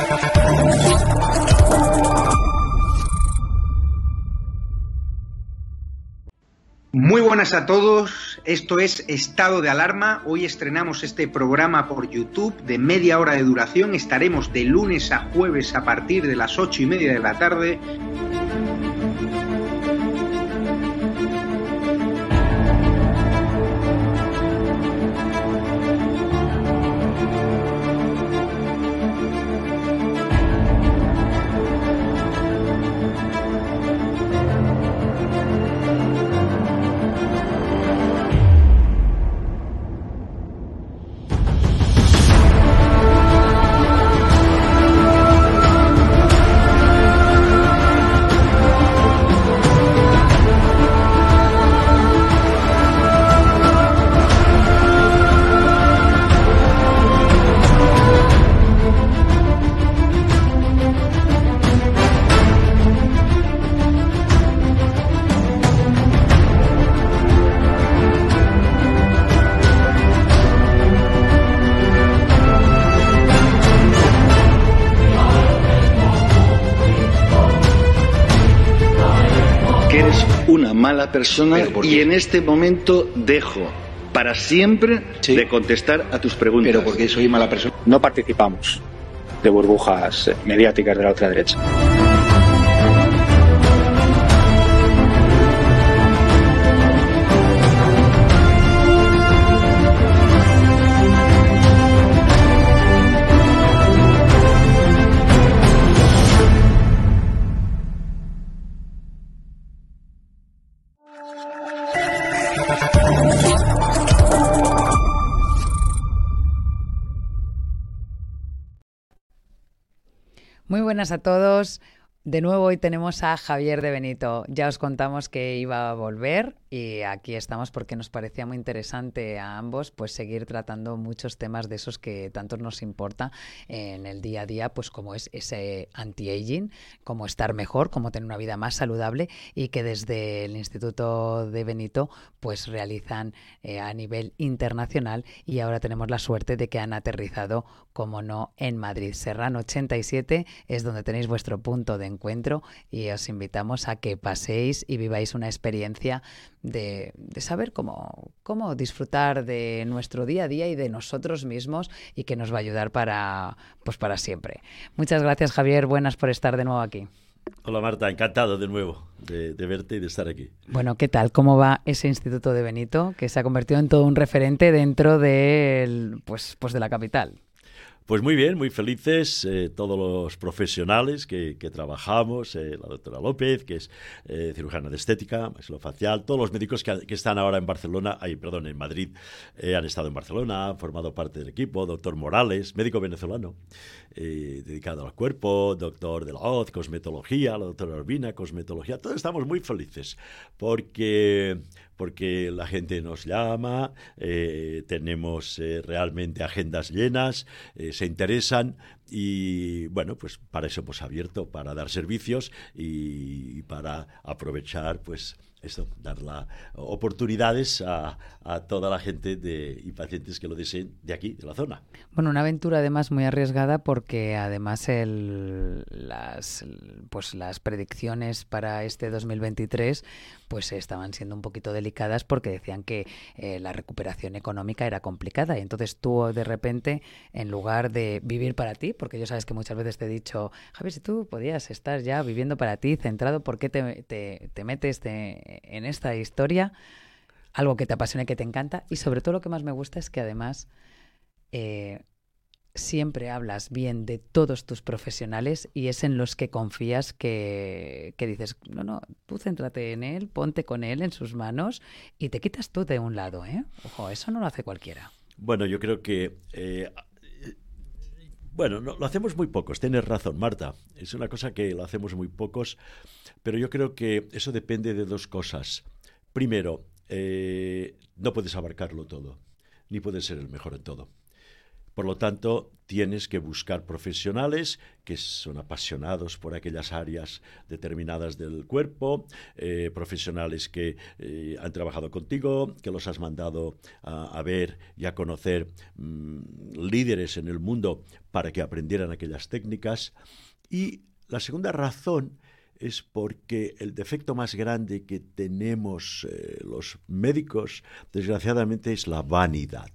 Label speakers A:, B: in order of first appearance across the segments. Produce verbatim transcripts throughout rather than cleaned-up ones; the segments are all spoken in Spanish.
A: Muy buenas a todos, esto es Estado de Alarma. Hoy estrenamos este programa por YouTube de media hora de duración. Estaremos de lunes a jueves a partir de las ocho y media de la tarde.
B: Mala persona, y en este momento dejo para siempre ¿Sí? de contestar a tus preguntas.
C: Pero porque soy mala persona. No participamos de burbujas mediáticas de la ultraderecha.
D: Muy buenas a todos. De nuevo hoy tenemos a Javier de Benito. Ya os contamos que iba a volver y aquí estamos porque nos parecía muy interesante a ambos pues seguir tratando muchos temas de esos que tanto nos importa en el día a día, pues como es ese anti-aging, cómo estar mejor, cómo tener una vida más saludable, y que desde el Instituto de Benito pues realizan eh, a nivel internacional, y ahora tenemos la suerte de que han aterrizado, como no, en Madrid. Serrano ochenta y siete es donde tenéis vuestro punto de encuentro y os invitamos a que paséis y viváis una experiencia de, de saber cómo, cómo disfrutar de nuestro día a día y de nosotros mismos, y que nos va a ayudar para, pues para siempre. Muchas gracias, Javier. Buenas por estar de nuevo aquí.
E: Hola, Marta. Encantado de nuevo de, de verte y de estar aquí.
D: Bueno, ¿qué tal? ¿Cómo va ese Instituto de Benito, que se ha convertido en todo un referente dentro de, pues, pues de la capital?
E: Pues muy bien, muy felices eh, todos los profesionales que, que trabajamos, eh, la doctora López, que es eh, cirujana de estética, maxilofacial, todos los médicos que, que están ahora en Barcelona, ay, perdón, en Madrid, eh, han estado en Barcelona, han formado parte del equipo, doctor Morales, médico venezolano, eh, dedicado al cuerpo, doctor de la Hoz, cosmetología, la doctora Urbina, cosmetología, todos estamos muy felices porque... porque la gente nos llama, eh, tenemos eh, realmente agendas llenas, eh, se interesan, y bueno, pues para eso hemos abierto, para dar servicios y, y para aprovechar, pues esto, dar la, oportunidades a, a toda la gente de, y pacientes que lo deseen de aquí, de la zona.
D: Bueno, una aventura además muy arriesgada, porque además el, las, pues las predicciones para este dos mil veintitrés pues estaban siendo un poquito delicadas, porque decían que eh, la recuperación económica era complicada, y entonces tú de repente, en lugar de vivir para ti, porque yo sabes que muchas veces te he dicho, Javier, si tú podías estar ya viviendo para ti, centrado, ¿por qué te, te, te metes te, en esta historia? Algo que te apasiona y que te encanta, y sobre todo lo que más me gusta es que además eh, siempre hablas bien de todos tus profesionales, y es en los que confías, que, que dices, no, no, tú céntrate en él, ponte con él en sus manos y te quitas tú de un lado, ¿eh? Ojo, eso no lo hace cualquiera.
E: Bueno, yo creo que... Eh, bueno, no, lo hacemos muy pocos, tienes razón, Marta. Es una cosa que lo hacemos muy pocos, pero yo creo que eso depende de dos cosas. Primero, eh, no puedes abarcarlo todo, ni puedes ser el mejor en todo. Por lo tanto, tienes que buscar profesionales que son apasionados por aquellas áreas determinadas del cuerpo, eh, profesionales que eh, han trabajado contigo, que los has mandado a, a ver y a conocer mmm, líderes en el mundo para que aprendieran aquellas técnicas. Y la segunda razón es porque el defecto más grande que tenemos eh, los médicos, desgraciadamente, es la vanidad.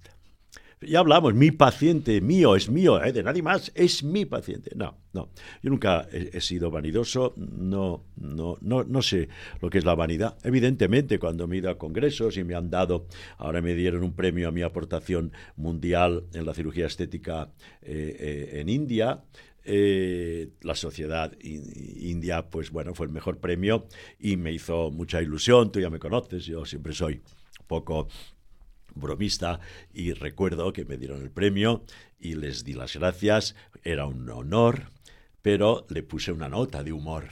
E: Ya hablamos, mi paciente, mío, es mío, ¿eh? De nadie más, es mi paciente. No, no, yo nunca he, he sido vanidoso, no, no, no, no sé lo que es la vanidad. Evidentemente, cuando me he ido a congresos y me han dado, ahora me dieron un premio a mi aportación mundial en la cirugía estética eh, eh, en India. Eh, la sociedad india, pues bueno, fue el mejor premio y me hizo mucha ilusión. Tú ya me conoces, yo siempre soy un poco bromista y recuerdo que me dieron el premio y les di las gracias, era un honor, pero le puse una nota de humor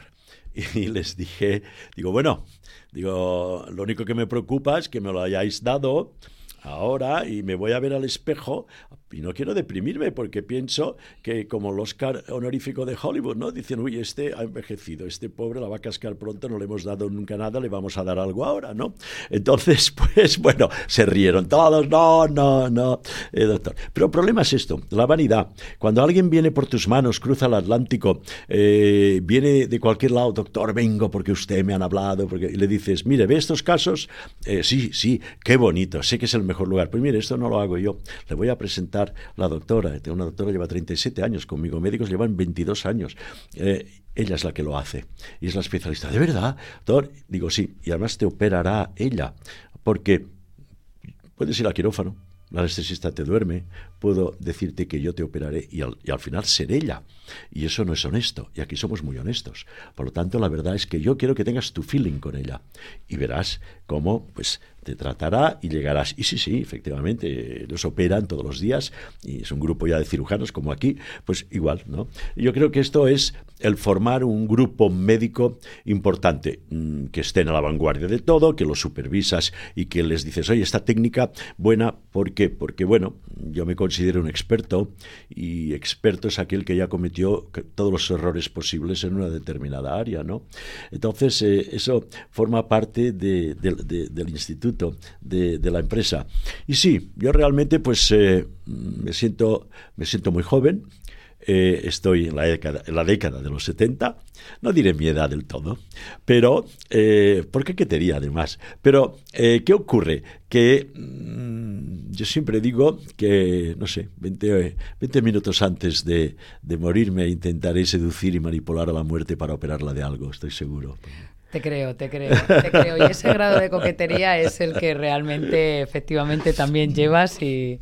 E: y les dije, digo, bueno, digo, lo único que me preocupa es que me lo hayáis dado ahora y me voy a ver al espejo y no quiero deprimirme porque pienso que como el Oscar honorífico de Hollywood, ¿no? Dicen, uy, este ha envejecido, este pobre la va a cascar pronto, no le hemos dado nunca nada, le vamos a dar algo ahora, ¿no? Entonces, pues bueno, se rieron todos, no, no, no, eh, doctor. Pero el problema es esto, la vanidad. Cuando alguien viene por tus manos, cruza el Atlántico, eh, viene de cualquier lado, doctor, vengo porque usted me han hablado, porque y le dices, mire, ¿ve estos casos? Eh, sí, sí, qué bonito, sé que es el mejor lugar. Pues mire, esto no lo hago yo, le voy a presentar la doctora, tengo una doctora, lleva treinta y siete años conmigo, médicos llevan veintidós años, eh, ella es la que lo hace y es la especialista. ¿De verdad, doctor? Digo, sí, y además te operará ella, porque puedes ir al quirófano, la anestesista te duerme, puedo decirte que yo te operaré y al, y al final ser ella. Y eso no es honesto, y aquí somos muy honestos. Por lo tanto, la verdad es que yo quiero que tengas tu feeling con ella y verás cómo pues te tratará y llegarás. Y sí, sí, efectivamente, los operan todos los días y es un grupo ya de cirujanos como aquí, pues igual, ¿no? Yo creo que esto es el formar un grupo médico importante, mmm, que estén a la vanguardia de todo, que lo supervisas y que les dices, oye, esta técnica buena, ¿por qué? Porque, bueno, yo me considero un experto y experto es aquel que ya cometió todos los errores posibles en una determinada área, ¿no? Entonces, eh, eso forma parte de, de, de, del instituto, de, de la empresa. Y sí, yo realmente pues eh, me siento, me siento muy joven. Eh, estoy en la, década, en la década de los setenta, no diré mi edad del todo, pero, eh, porque qué diría además, pero eh, ¿qué ocurre? Que mmm, yo siempre digo que, no sé, veinte, veinte minutos antes de, de morirme intentaré seducir y manipular a la muerte para operarla de algo, estoy seguro.
D: Te creo, te creo, te creo. Y ese grado de coquetería es el que realmente, efectivamente, también llevas y...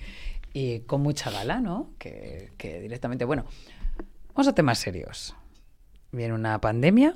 D: Y con mucha gala, ¿no? Que, que directamente... Bueno, vamos a temas serios. Viene una pandemia,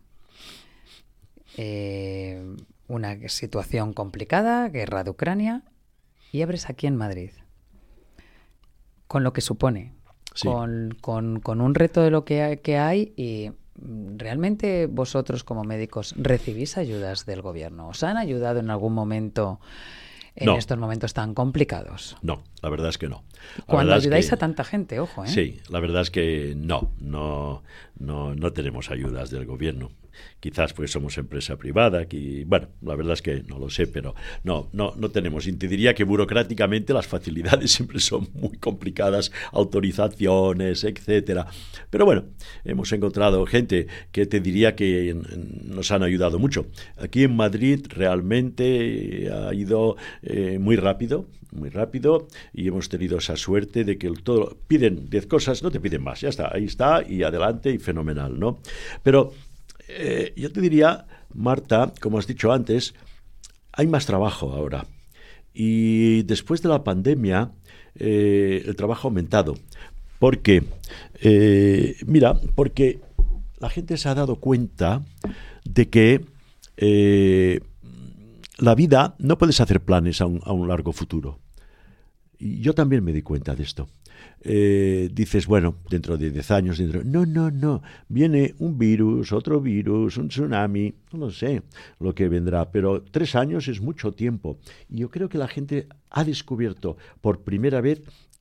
D: eh, una situación complicada, guerra de Ucrania, y abres aquí en Madrid. Con lo que supone, sí. con, con, con un reto de lo que hay, que hay y... ¿Realmente vosotros como médicos recibís ayudas del gobierno? ¿Os han ayudado en algún momento en no. estos momentos tan complicados?
E: No, la verdad es que no. La
D: Cuando ayudáis
E: es que,
D: a tanta gente, ojo, ¿eh?
E: Sí, la verdad es que no, no, no, no tenemos ayudas del gobierno. Quizás pues somos empresa privada, que, bueno, la verdad es que no lo sé, pero no, no, no tenemos. Y te diría que burocráticamente las facilidades siempre son muy complicadas, autorizaciones, etcétera. Pero bueno, hemos encontrado gente que te diría que nos han ayudado mucho. Aquí en Madrid realmente ha ido eh, muy rápido, muy rápido, y hemos tenido esa suerte de que el todo piden diez cosas, no te piden más, ya está, ahí está, y adelante, y fenomenal, ¿no? Pero Eh, yo te diría, Marta, como has dicho antes, hay más trabajo ahora. Y después de la pandemia, eh, el trabajo ha aumentado. ¿Por qué? Eh, mira, porque la gente se ha dado cuenta de que eh, la vida, no puedes hacer planes a un, a un largo futuro. Y yo también me di cuenta de esto. Eh, dices, bueno, dentro de diez años, dentro... no, no, no, viene un virus, otro virus, un tsunami, no lo sé lo que vendrá, pero tres años es mucho tiempo. Y yo creo que la gente ha descubierto por primera vez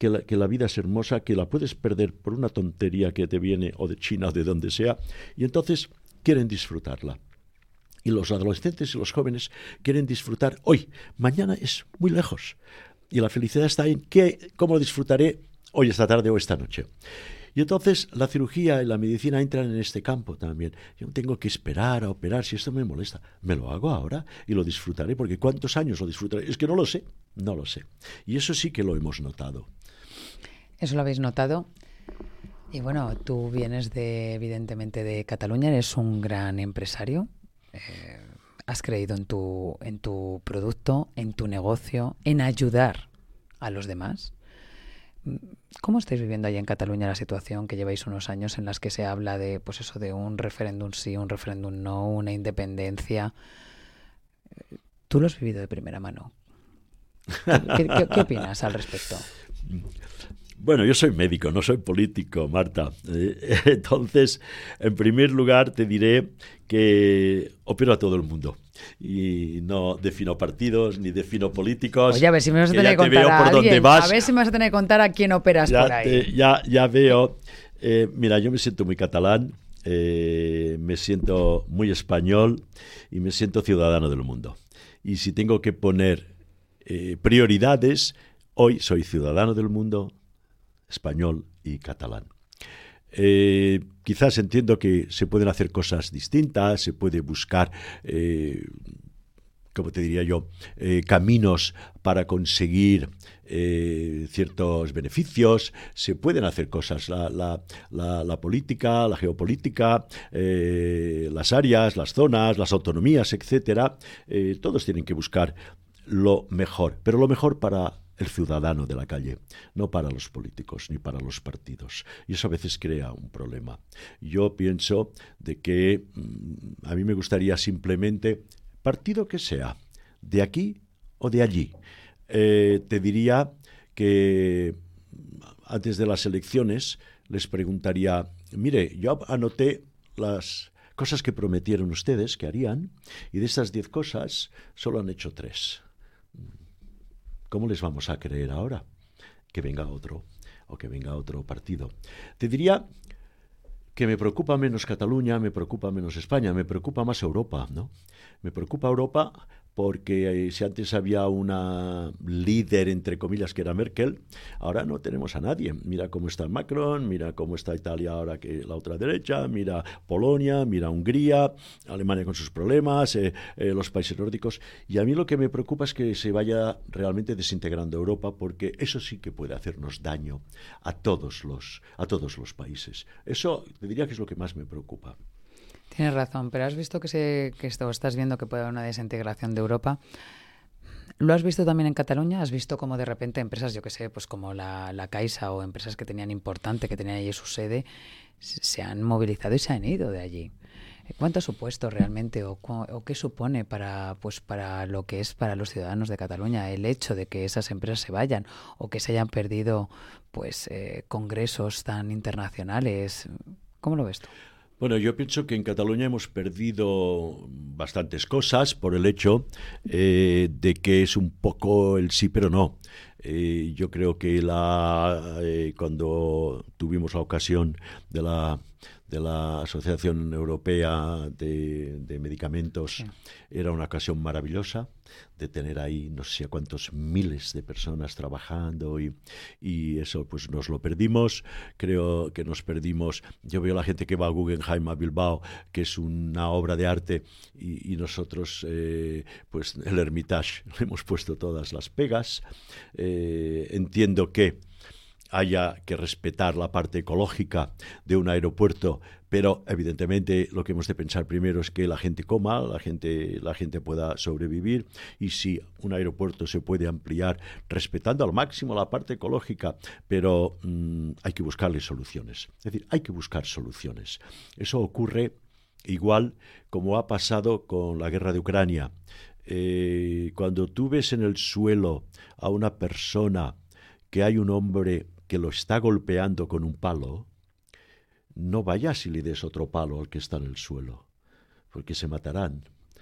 E: que la, que la vida es hermosa, que la puedes perder por una tontería que te viene o de China o de donde sea, y entonces quieren disfrutarla. Y los adolescentes y los jóvenes quieren disfrutar hoy. Mañana es muy lejos. Y la felicidad está en qué, cómo disfrutaré hoy, esta tarde o esta noche. Y entonces la cirugía y la medicina entran en este campo también. Yo no tengo que esperar a operar si esto me molesta. Me lo hago ahora y lo disfrutaré, porque ¿cuántos años lo disfrutaré? Es que no lo sé, no lo sé. Y eso sí que lo hemos notado.
D: Eso lo habéis notado. Y bueno, tú vienes de, evidentemente, de Cataluña, eres un gran empresario. Eh, has creído en tu, en tu producto, en tu negocio, en ayudar a los demás. ¿Cómo estáis viviendo allí en Cataluña la situación que lleváis unos años en las que se habla de, pues eso, de un referéndum sí, un referéndum no, una independencia? Tú lo has vivido de primera mano. ¿Qué, qué, qué opinas al respecto?
E: Bueno, yo soy médico, no soy político, Marta. Eh, entonces, en primer lugar, te diré que opero a todo el mundo. Y no defino partidos, ni defino políticos.
D: Oye, a ver si me vas a tener que, que contar a alguien. A ver si me vas a tener que contar a quién operas
E: ya
D: por ahí.
E: Te, ya, ya veo. Eh, mira, yo me siento muy catalán, eh, me siento muy español y me siento ciudadano del mundo. Y si tengo que poner eh, prioridades, hoy soy ciudadano del mundo, español y catalán. Eh, quizás entiendo que se pueden hacer cosas distintas, se puede buscar, eh, ¿cómo te diría yo?, eh, caminos para conseguir eh, ciertos beneficios, se pueden hacer cosas, la, la, la, la política, la geopolítica, eh, las áreas, las zonas, las autonomías, etcétera, eh, todos tienen que buscar lo mejor, pero lo mejor para el ciudadano de la calle, no para los políticos ni para los partidos. Y eso a veces crea un problema. Yo pienso de que mmm, a mí me gustaría simplemente, partido que sea, de aquí o de allí. Eh, te diría que antes de las elecciones les preguntaría, mire, yo anoté las cosas que prometieron ustedes que harían y de estas diez cosas solo han hecho tres. ¿Cómo les vamos a creer ahora? Que venga otro o que venga otro partido. Te diría que me preocupa menos Cataluña, me preocupa menos España, me preocupa más Europa, ¿no? Me preocupa Europa porque eh, si antes había una líder, entre comillas, que era Merkel, ahora no tenemos a nadie. Mira cómo está Macron, mira cómo está Italia ahora, que la otra derecha, mira Polonia, mira Hungría, Alemania con sus problemas, eh, eh, los países nórdicos. Y a mí lo que me preocupa es que se vaya realmente desintegrando Europa, porque eso sí que puede hacernos daño a todos los, a todos los países. Eso te diría que es lo que más me preocupa.
D: Tienes razón, pero has visto que, se, que esto, estás viendo que puede haber una desintegración de Europa. ¿Lo has visto también en Cataluña? ¿Has visto cómo de repente empresas, yo que sé, pues como la, la Caixa o empresas que tenían importante, que tenían allí su sede, se han movilizado y se han ido de allí? ¿Cuánto ha supuesto realmente o, o qué supone para, pues para lo que es para los ciudadanos de Cataluña el hecho de que esas empresas se vayan o que se hayan perdido pues eh, congresos tan internacionales? ¿Cómo lo ves tú?
E: Bueno, yo pienso que en Cataluña hemos perdido bastantes cosas por el hecho eh, de que es un poco el sí pero no. Eh, yo creo que la eh, cuando tuvimos la ocasión de la de la Asociación Europea de, de Medicamentos, sí. Era una ocasión maravillosa de tener ahí no sé a cuántos miles de personas trabajando y, y eso pues nos lo perdimos. Creo que nos perdimos, yo veo a la gente que va a Guggenheim a Bilbao, que es una obra de arte, y, y nosotros eh, pues el Hermitage le hemos puesto todas las pegas. Eh, entiendo que haya que respetar la parte ecológica de un aeropuerto, pero evidentemente lo que hemos de pensar primero es que la gente coma, la gente, la gente pueda sobrevivir, y si un aeropuerto se puede ampliar respetando al máximo la parte ecológica, pero mmm, hay que buscarle soluciones. Es decir, hay que buscar soluciones. Eso ocurre igual como ha pasado con la guerra de Ucrania. Eh, cuando tú ves en el suelo a una persona que hay un hombre que lo está golpeando con un palo, no vayas y le des otro palo al que está en el suelo, porque se matarán.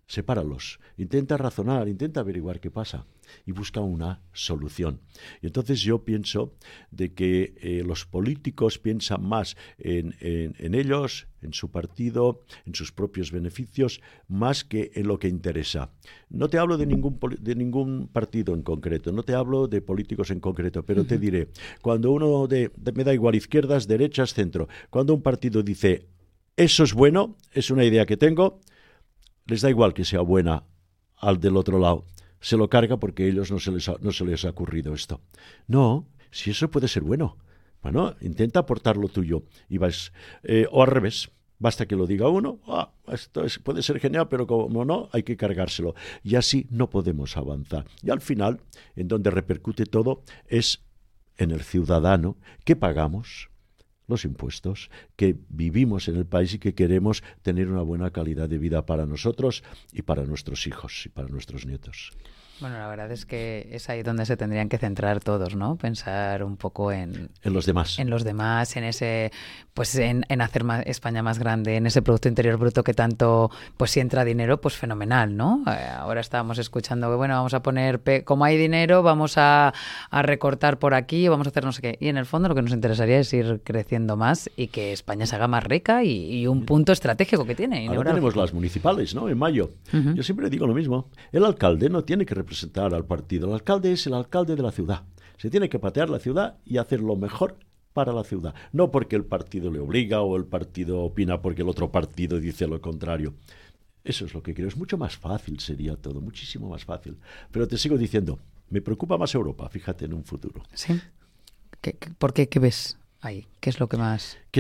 E: sepáralos, intenta razonar, intenta averiguar qué pasa y busca una solución. Y entonces yo pienso de que eh, los políticos piensan más en, en, en ellos, en su partido, en sus propios beneficios, más que en lo que interesa. No te hablo de ningún, de ningún partido en concreto, no te hablo de políticos en concreto, pero uh-huh. te diré, cuando uno de, de, me da igual, izquierdas, derechas, centro, cuando un partido dice, eso es bueno, es una idea que tengo, les da igual que sea buena al del otro lado. Se lo carga porque a ellos no se les ha, no se les ha ocurrido esto. No, si eso puede ser bueno. Bueno, intenta aportar lo tuyo y vas, eh, o al revés. Basta que lo diga uno, ah, esto es, puede ser genial, pero como no, hay que cargárselo. Y así no podemos avanzar. Y al final, en donde repercute todo, es en el ciudadano que pagamos los impuestos, que vivimos en el país y que queremos tener una buena calidad de vida para nosotros y para nuestros hijos y para nuestros nietos.
D: Bueno, la verdad es que es ahí donde se tendrían que centrar todos, ¿no? Pensar un poco en...
E: En los demás.
D: En los demás, en ese... Pues en, en hacer más, España más grande, en ese Producto Interior Bruto que tanto... Pues si entra dinero, pues fenomenal, ¿no? Eh, ahora estábamos escuchando que, bueno, vamos a poner... Pe- como hay dinero, vamos a, a recortar por aquí, vamos a hacer no sé qué. Y en el fondo lo que nos interesaría es ir creciendo más y que España se haga más rica y, y un punto estratégico que tiene.
E: Ahora tenemos las municipales, ¿no? En mayo. Uh-huh. Yo siempre digo lo mismo. El alcalde no tiene que representar al partido. El alcalde es el alcalde de la ciudad. Se tiene que patear la ciudad y hacer lo mejor para la ciudad. No porque el partido le obliga o el partido opina porque el otro partido dice lo contrario. Eso es lo que creo. Es mucho más fácil, sería todo, muchísimo más fácil. Pero te sigo diciendo, me preocupa más Europa, fíjate, en un futuro.
D: ¿Sí? ¿Qué, qué, ¿Por qué? ¿Qué ves ahí? ¿Qué es lo que más...?
E: Que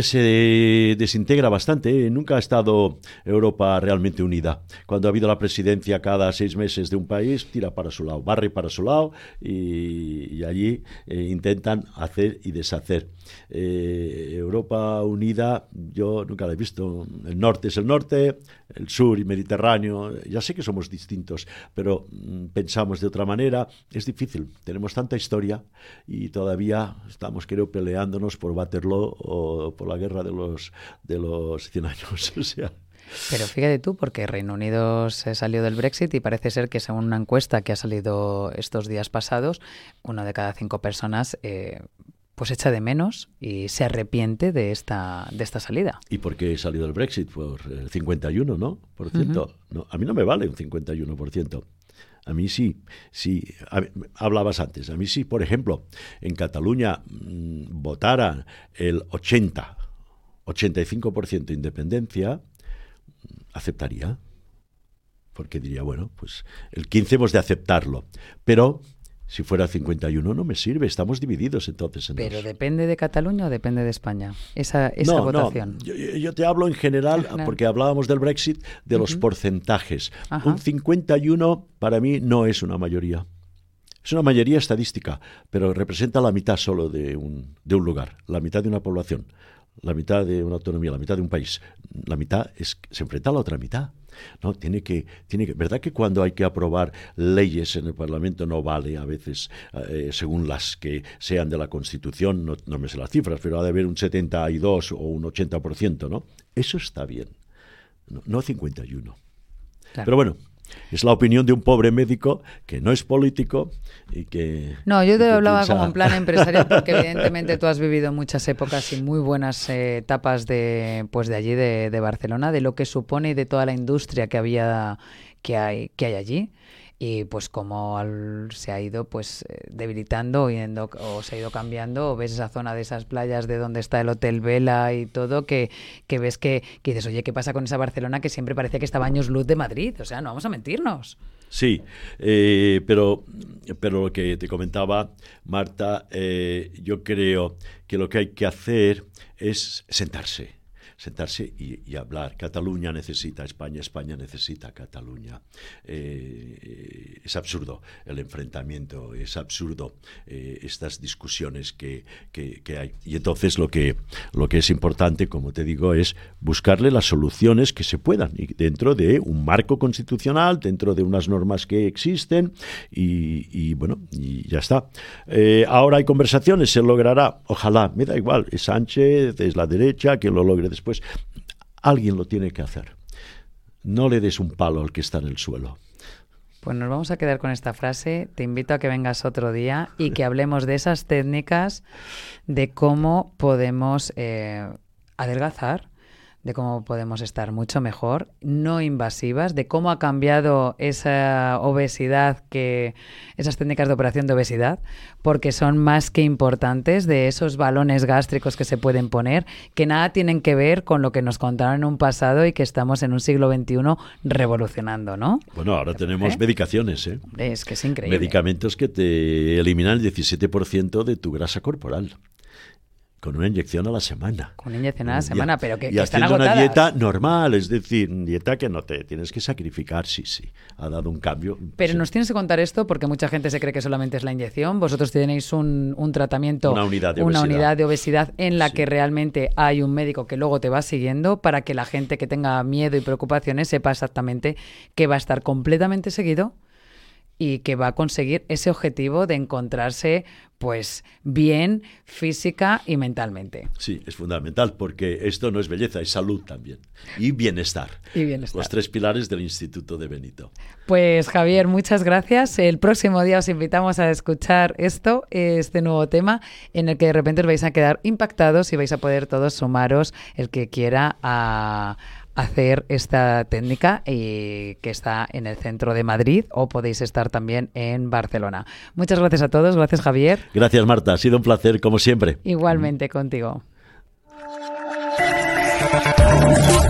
E: se desintegra bastante. ¿eh? Nunca ha estado Europa realmente unida. Cuando ha habido la presidencia cada seis meses de un país, tira para su lado, barre para su lado y, y allí eh, intentan hacer y deshacer. Eh, Europa unida, yo nunca la he visto. El norte es el norte, el sur y Mediterráneo. Ya sé que somos distintos, pero mm, pensamos de otra manera. Es difícil. Tenemos tanta historia y todavía estamos, creo, peleándonos por Waterloo o por la guerra de los de los cien años. O sea.
D: Pero fíjate tú, porque Reino Unido se salió del Brexit y parece ser que según una encuesta que ha salido estos días pasados, una de cada cinco personas eh, pues echa de menos y se arrepiente de esta de esta salida.
E: ¿Y por qué salió del Brexit? Por el cincuenta y uno, ¿no? Por ciento. Uh-huh. No, a mí no me vale un cincuenta y uno por ciento. A mí sí, sí, a, hablabas antes, a mí sí, por ejemplo, en Cataluña mmm, votara el ochenta, ochenta y cinco por ciento de independencia, aceptaría, porque diría, bueno, pues el quince hemos de aceptarlo, pero si fuera cincuenta y uno no me sirve, estamos divididos entonces en
D: ¿Pero
E: dos.
D: depende de Cataluña o depende de España? Esa, esa
E: no,
D: votación.
E: No, yo, yo te hablo en general, en general, porque hablábamos del Brexit, de uh-huh. los porcentajes. Ajá. Un cincuenta y uno para mí no es una mayoría. Es una mayoría estadística, pero representa la mitad solo de un, de un lugar, la mitad de una población, la mitad de una autonomía, la mitad de un país. La mitad es, se enfrenta a la otra mitad. No, tiene que, tiene que, ¿verdad que cuando hay que aprobar leyes en el Parlamento no vale a veces eh, según las que sean de la Constitución, no, no me sé las cifras, pero ha de haber un setenta y dos o un ochenta por ciento, ¿no? Eso está bien, no, no cincuenta y uno. Claro. Pero bueno, es la opinión de un pobre médico que no es político y que...
D: No, yo te hablaba
E: piensa...
D: como en plan empresarial porque evidentemente tú has vivido muchas épocas y muy buenas eh, etapas de pues de allí, de, de Barcelona, de lo que supone y de toda la industria que había, que hay, que hay allí. Y pues como al, se ha ido pues debilitando yendo, o se ha ido cambiando, o ves esa zona de esas playas de donde está el Hotel Vela y todo, que, que ves que, que dices, oye, ¿qué pasa con esa Barcelona que siempre parecía que estaba años luz de Madrid? O sea, no vamos a mentirnos.
E: Sí, eh, pero, pero lo que te comentaba, Marta, eh, yo creo que lo que hay que hacer es sentarse. sentarse y, y hablar. Cataluña necesita a España, España necesita a Cataluña. Eh, es absurdo el enfrentamiento, es absurdo eh, estas discusiones que, que, que hay. Y entonces lo que, lo que es importante, como te digo, es buscarle las soluciones que se puedan y dentro de un marco constitucional, dentro de unas normas que existen y, y bueno, y ya está. Eh, ahora hay conversaciones, se logrará, ojalá, me da igual, es Sánchez, es la derecha, quien lo logre después. Pues alguien lo tiene que hacer. no le des un palo al que está en el suelo.
D: Pues nos vamos a quedar con esta frase. Te invito a que vengas otro día y que hablemos de esas técnicas, de cómo podemos eh, adelgazar, de cómo podemos estar mucho mejor, no invasivas, de cómo ha cambiado esa obesidad, que esas técnicas de operación de obesidad, porque son más que importantes, de esos balones gástricos que se pueden poner, que nada tienen que ver con lo que nos contaron en un pasado y que estamos en un siglo veintiuno revolucionando, ¿no?
E: Bueno, ahora tenemos
D: ¿Eh?
E: medicaciones, ¿eh?
D: Es que es increíble.
E: Medicamentos que te eliminan el diecisiete por ciento de tu grasa corporal. Con una inyección a la semana.
D: Con una inyección a la semana,
E: y,
D: pero que,
E: y
D: que están
E: haciendo
D: agotadas.
E: una dieta normal, es decir, dieta que no te tienes que sacrificar, sí, sí. Ha dado un cambio.
D: Pero
E: sí.
D: nos tienes que contar esto porque mucha gente se cree que solamente es la inyección. Vosotros tenéis un, un tratamiento,
E: una unidad de
D: una
E: obesidad,
D: unidad de obesidad en la
E: sí.
D: que realmente hay un médico que luego te va siguiendo para que la gente que tenga miedo y preocupaciones sepa exactamente que va a estar completamente seguido y que va a conseguir ese objetivo de encontrarse pues bien física y mentalmente.
E: Sí, es fundamental porque esto no es belleza, es salud también. Y bienestar.
D: Y bienestar.
E: Los tres pilares del Instituto de Benito.
D: Pues Javier, muchas gracias. El próximo día os invitamos a escuchar esto, este nuevo tema, en el que de repente os vais a quedar impactados y vais a poder todos sumaros, el que quiera, a hacer esta técnica y que está en el centro de Madrid, o podéis estar también en Barcelona. Muchas gracias a todos. Gracias, Javier.
E: Gracias, Marta. Ha sido un placer, como siempre.
D: Igualmente contigo.